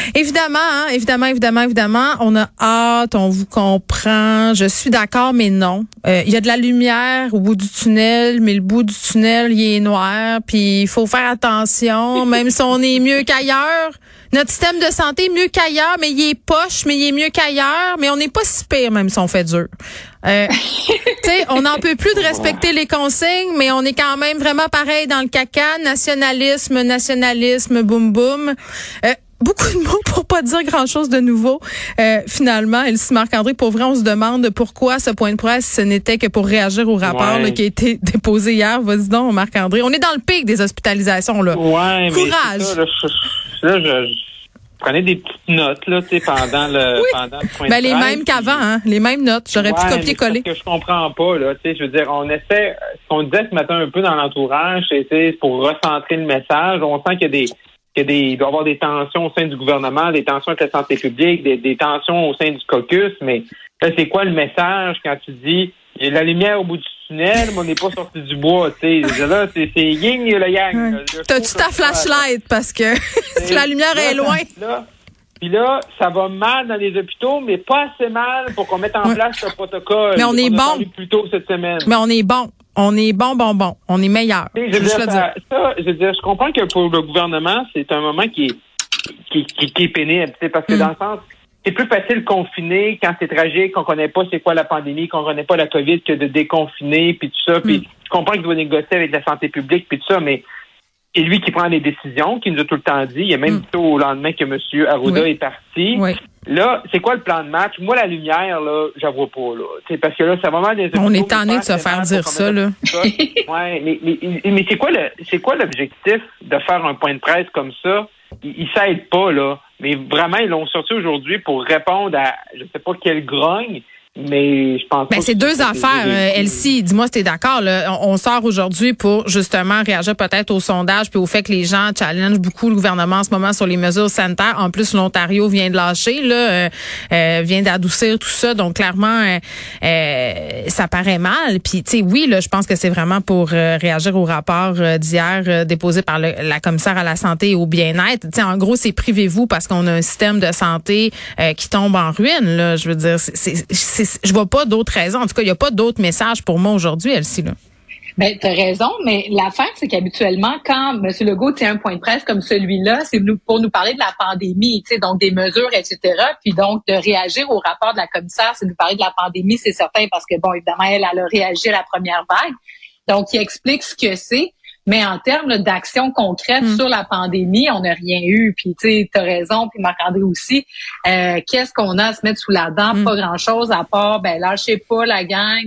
Évidemment. On a hâte, on vous comprend. Je suis d'accord, mais non. Il y a de la lumière au bout du tunnel, mais le bout du tunnel, il est noir. Puis il faut faire attention, même si on est mieux qu'ailleurs. Notre système de santé est mieux qu'ailleurs, mais il est poche, mais il est mieux qu'ailleurs. Mais on n'est pas si pire, même si on fait dur. Tu sais, on n'en peut plus de respecter les consignes, mais on est quand même vraiment pareil dans le caca. Nationalisme, boum boum. Beaucoup de mots pour pas dire grand-chose de nouveau. Finalement, Elsie Marc-André, pour vrai, on se demande pourquoi ce point de presse, ce n'était que pour réagir au rapport là, qui a été déposé hier. Vas-y donc, Marc-André. On est dans le pic des hospitalisations, là. Ouais, courage. Mais c'est ça, je prenais des petites notes là, tu sais, pendant le point de presse. Les mêmes qu'avant, hein. Les mêmes notes. J'aurais pu copier-coller. Ce que je comprends pas, là, tu sais, je veux dire, on essaie, ce qu'on disait ce matin un peu dans l'entourage, c'est pour recentrer le message. On sent qu'il doit y avoir des tensions au sein du gouvernement, des tensions avec la santé publique, des tensions au sein du caucus, mais là, c'est quoi le message quand tu dis il y a la lumière au bout du tunnel, mais on n'est pas sorti du bois, tu sais. Là, c'est yin et le yang. Ouais. T'as-tu ta flashlight parce que la lumière est loin? Puis là, ça va mal dans les hôpitaux, mais pas assez mal pour qu'on mette en place ce protocole. Mais on est bon. Plus tôt cette semaine. Mais on est bon. On est bon. On est meilleur. Je comprends que pour le gouvernement, c'est un moment qui est pénible, parce que dans le sens, c'est plus facile de confiner quand c'est tragique, qu'on connaît pas c'est quoi la pandémie, qu'on connaît pas la COVID, que de déconfiner, puis tout ça. Puis je comprends qu'il doit négocier avec la santé publique, puis tout ça, mais c'est lui qui prend les décisions, qui nous a tout le temps dit. Il y a même plutôt au lendemain que M. Arruda est parti. Oui. Là, c'est quoi le plan de match? Moi, la lumière, là, j'en vois pas, là. T'sais, parce que là, c'est vraiment des... On est tanné de se faire dire ça, là. Ouais, mais c'est quoi l'objectif de faire un point de presse comme ça? Il s'aide pas, là. Mais vraiment, ils l'ont sorti aujourd'hui pour répondre à, je sais pas quelle grogne, mais je pense pas. C'est deux affaires, Elsie. Dis-moi si t'es d'accord, là. On sort aujourd'hui pour, justement, réagir peut-être au sondage puis au fait que les gens challengent beaucoup le gouvernement en ce moment sur les mesures sanitaires. En plus, l'Ontario vient de lâcher, là, vient d'adoucir tout ça. Donc, clairement, ça paraît mal. Puis, tu sais, oui, là, je pense que c'est vraiment pour réagir au rapport d'hier déposé par la commissaire à la santé et au bien-être. Tu sais, en gros, c'est privez-vous parce qu'on a un système de santé qui tombe en ruine, là. Je veux dire, je vois pas d'autres raisons. En tout cas, il n'y a pas d'autres messages pour moi aujourd'hui, Elsie, là. Ben, t'as raison, mais l'affaire, c'est qu'habituellement, quand M. Legault tient un point de presse comme celui-là, c'est pour nous parler de la pandémie, tu sais, donc des mesures, etc. Puis donc, de réagir au rapport de la commissaire, c'est nous parler de la pandémie, c'est certain, parce que, bon, évidemment, elle a réagi à la première vague. Donc, il explique ce que c'est. Mais en termes là, d'action concrète sur la pandémie, on n'a rien eu. Puis tu sais, t'as raison, puis Marc-André aussi. Qu'est-ce qu'on a à se mettre sous la dent? Pas grand-chose à part, lâchez pas la gang.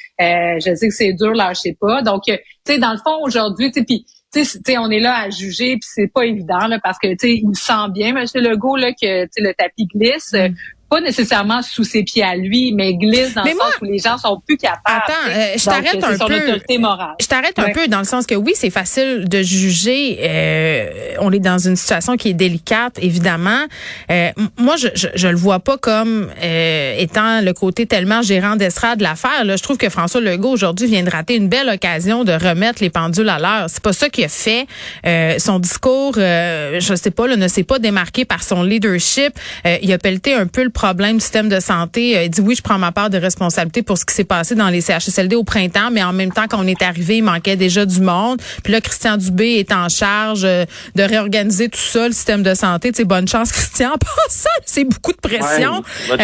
Je sais que c'est dur, lâchez pas. Donc, tu sais, dans le fond, aujourd'hui, tu sais, puis tu sais, on est là à juger, puis c'est pas évident là, parce que tu sais, il sent bien, M. Legault, là, que tu sais, le tapis glisse. Pas nécessairement sous ses pieds à lui, mais glisse dans le sens où les gens sont plus capables. Attends, je t'arrête un peu. L'autorité morale. Je t'arrête un peu dans le sens que oui, c'est facile de juger. On est dans une situation qui est délicate, évidemment. Moi, je le vois pas comme étant le côté tellement gérant d'estrade de l'affaire. Là, je trouve que François Legault aujourd'hui vient de rater une belle occasion de remettre les pendules à l'heure. C'est pas ça qu'il a fait. Son discours, je sais pas, là, ne s'est pas démarqué par son leadership. Il a pelleté un peu le problème du système de santé. Il dit oui, je prends ma part de responsabilité pour ce qui s'est passé dans les CHSLD au printemps, mais en même temps, quand on est arrivé, il manquait déjà du monde. Puis là, Christian Dubé est en charge de réorganiser tout ça, le système de santé. Tu sais, bonne chance, Christian. En passant, c'est beaucoup de pression.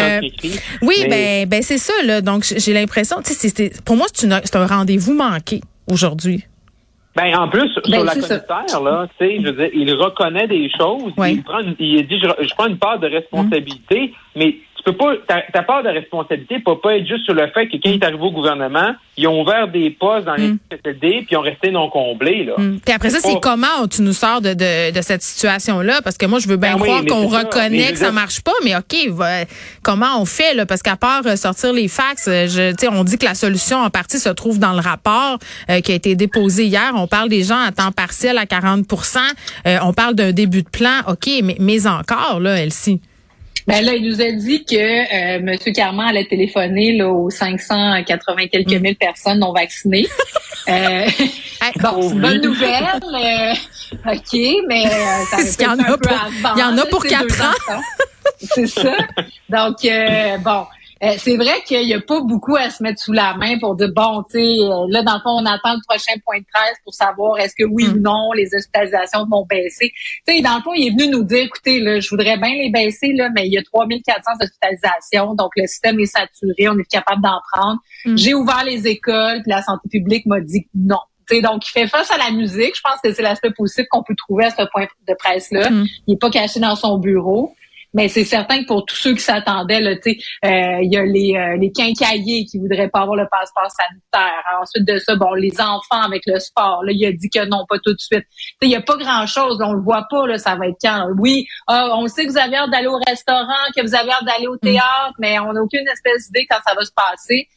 Oui, ben c'est ça, là. Donc, j'ai l'impression, tu sais, pour moi, c'est un rendez-vous manqué aujourd'hui. En plus, sur la commissaire, là, tu sais, je veux dire, il reconnaît des choses. Oui. Il dit, je prends une part de responsabilité, mais tu peux pas, ta part de responsabilité peut pas être juste sur le fait que quand il est arrivé au gouvernement, ils ont ouvert des postes dans les CCD puis ils ont resté non comblés, là. Puis après ça, c'est comment tu nous sors de cette situation-là? Parce que moi, je veux bien croire qu'on reconnaît que ça marche pas, mais OK, comment on fait, là? Parce qu'à part sortir les fax, tu sais, on dit que la solution en partie se trouve dans le rapport qui a été déposé hier. On parle des gens à temps partiel à 40%. On parle d'un début de plan. OK, mais encore, là, Elsie. Là, il nous a dit que M. Carman allait téléphoner là, aux 580 quelques mille personnes non vaccinées. Hey, Bon, c'est une bonne nouvelle. OK, mais ça il y en a pour, avant, il y en a pour 4 ans. C'est ça. Donc, bon. C'est vrai qu'il n'y a pas beaucoup à se mettre sous la main pour dire, bon, tu sais, là, dans le fond, on attend le prochain point de presse pour savoir est-ce que oui ou non les hospitalisations vont baisser. Tu sais, dans le fond, il est venu nous dire, écoutez, là, je voudrais bien les baisser, là, mais il y a 3400 hospitalisations, donc le système est saturé, on est capable d'en prendre. J'ai ouvert les écoles, puis la santé publique m'a dit non. T'sais, donc, il fait face à la musique. Je pense que c'est l'aspect positif qu'on peut trouver à ce point de presse-là. Il n'est pas caché dans son bureau. Mais c'est certain que pour tous ceux qui s'attendaient, là, il y a les quincailliers qui voudraient pas avoir le passeport sanitaire. Alors, ensuite de ça, bon, les enfants avec le sport, là, il a dit que non, pas tout de suite. Il y a pas grand-chose, on le voit pas, là, ça va être quand. Oui, on sait que vous avez hâte d'aller au restaurant, que vous avez hâte d'aller au théâtre, mais on n'a aucune espèce d'idée quand ça va se passer.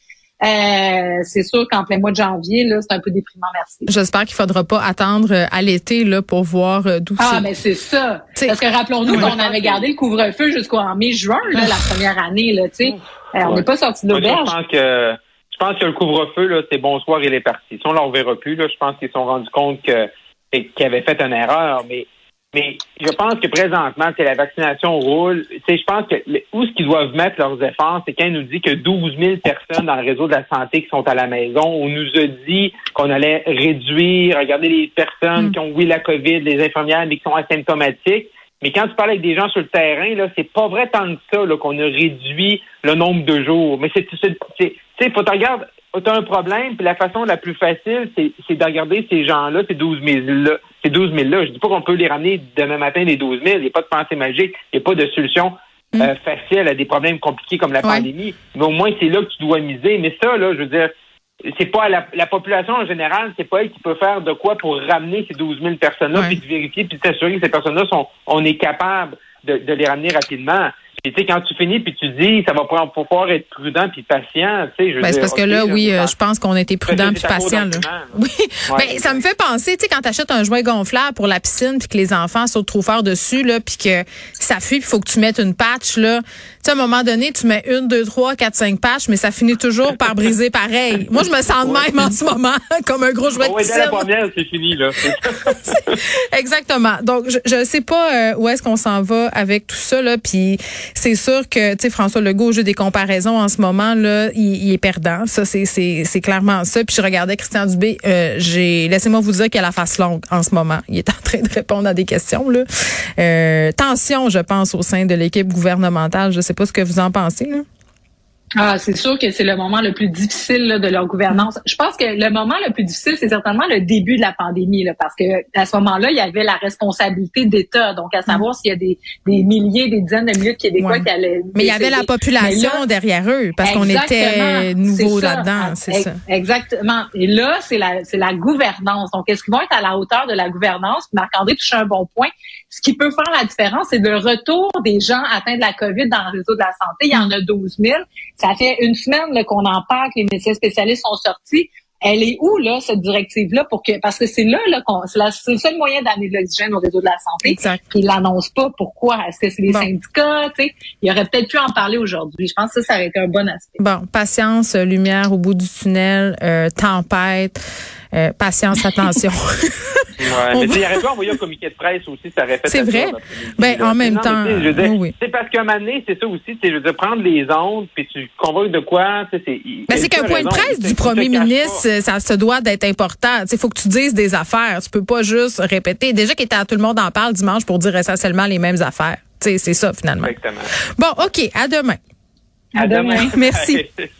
C'est sûr qu'en plein mois de janvier, là, c'est un peu déprimant, merci. J'espère qu'il faudra pas attendre à l'été là pour voir d'où c'est. Ah, mais c'est ça. Parce que rappelons-nous qu'on avait gardé le couvre-feu jusqu'en mai-juin, là, la première année, là, tu sais. On n'est pas sorti de l'auberge. Je pense que le couvre-feu, là, c'est bonsoir, il est parti. Si on ne le reverra plus, là, je pense qu'ils se sont rendus compte qu'ils avaient fait une erreur, mais je pense que présentement, la vaccination roule. Je pense que où ce qu'ils doivent mettre leurs efforts, c'est quand ils nous disent que 12 000 personnes dans le réseau de la santé qui sont à la maison. On nous a dit qu'on allait réduire, regarder les personnes qui ont, oui, la COVID, les infirmières, mais qui sont asymptomatiques. Mais quand tu parles avec des gens sur le terrain, là, c'est pas vrai tant que ça, là, qu'on a réduit le nombre de jours. Mais faut te regarder. T'as un problème, puis la façon la plus facile, c'est de regarder ces gens-là, ces 12 000-là. Je dis pas qu'on peut les ramener demain matin, les 12 000. Il n'y a pas de pensée magique. Il n'y a pas de solution facile à des problèmes compliqués comme la pandémie. Mais au moins, c'est là que tu dois miser. Mais ça, là, je veux dire, c'est pas la population en général, c'est pas elle qui peut faire de quoi pour ramener ces 12 000 personnes-là, puis de vérifier, puis de s'assurer que ces personnes-là on est capable de les ramener rapidement. Puis tu sais, quand tu finis puis tu dis ça va pouvoir être prudent puis patient, tu sais, je veux dire, c'est parce que là, je pense qu'on a été prudent puis patient là. Oui. Ben ça me fait penser, tu sais, quand t'achètes un jouet gonflable pour la piscine puis que les enfants sautent trop fort dessus là, puis que ça fuit, puis faut que tu mettes une patch là. Tu sais, à un moment donné, tu mets 1, 2, 3, 4, 5 patchs, mais ça finit toujours par briser pareil. Moi, je me sens de même en ce moment, comme un gros jouet de piscine. Dès la première, c'est fini là. Exactement. Donc, je sais pas où est-ce qu'on s'en va avec tout ça là, puis c'est sûr que, tu sais, François Legault, au jeu des comparaisons en ce moment là, il est perdant. Ça, c'est clairement ça. Puis je regardais Christian Dubé, laissez-moi vous dire qu'il a la face longue en ce moment. Il est en train de répondre à des questions là. Tension, je pense, au sein de l'équipe gouvernementale. Je sais pas ce que vous en pensez là. Ah, c'est sûr que c'est le moment le plus difficile là, de leur gouvernance. Je pense que le moment le plus difficile, c'est certainement le début de la pandémie, là, parce que à ce moment-là, il y avait la responsabilité d'État, donc à savoir s'il y a des milliers, des dizaines de milliers de Québécois qui allaient. Mais il y avait la population derrière eux, parce qu'on était nouveaux là-dedans, c'est ça. Exactement. Et là, c'est la gouvernance. Donc, est-ce qu'ils vont être à la hauteur de la gouvernance? Marc-André touche un bon point. Ce qui peut faire la différence, c'est le retour des gens atteints de la COVID dans le réseau de la santé. Il y en a 12 000. Ça fait une semaine là, qu'on en parle, que les médecins spécialistes sont sortis. Elle est où, là, cette directive-là, parce que c'est là c'est le seul moyen d'amener de l'oxygène au réseau de la santé. Exact. Puis ils l'annoncent pas. Pourquoi? Est-ce que c'est les syndicats? Tu sais, il aurait peut-être pu en parler aujourd'hui. Je pense que ça aurait été un bon aspect. Bon, patience, lumière au bout du tunnel, tempête, patience, attention. Mais tu sais, il aurait pu envoyer un communiqué de presse aussi, ça aurait fait. C'est vrai. En même temps. C'est parce qu'à un moment donné, c'est ça aussi, je veux dire, prendre les ondes, puis tu convoques de quoi, tu sais, c'est qu'un point de presse du premier ministre, ça se doit d'être important. Il faut que tu dises des affaires. Tu peux pas juste répéter. Déjà qu'il était à Tout le monde en parle dimanche pour dire essentiellement les mêmes affaires. C'est ça, finalement. Exactement. Bon, OK. À demain. À demain. Merci.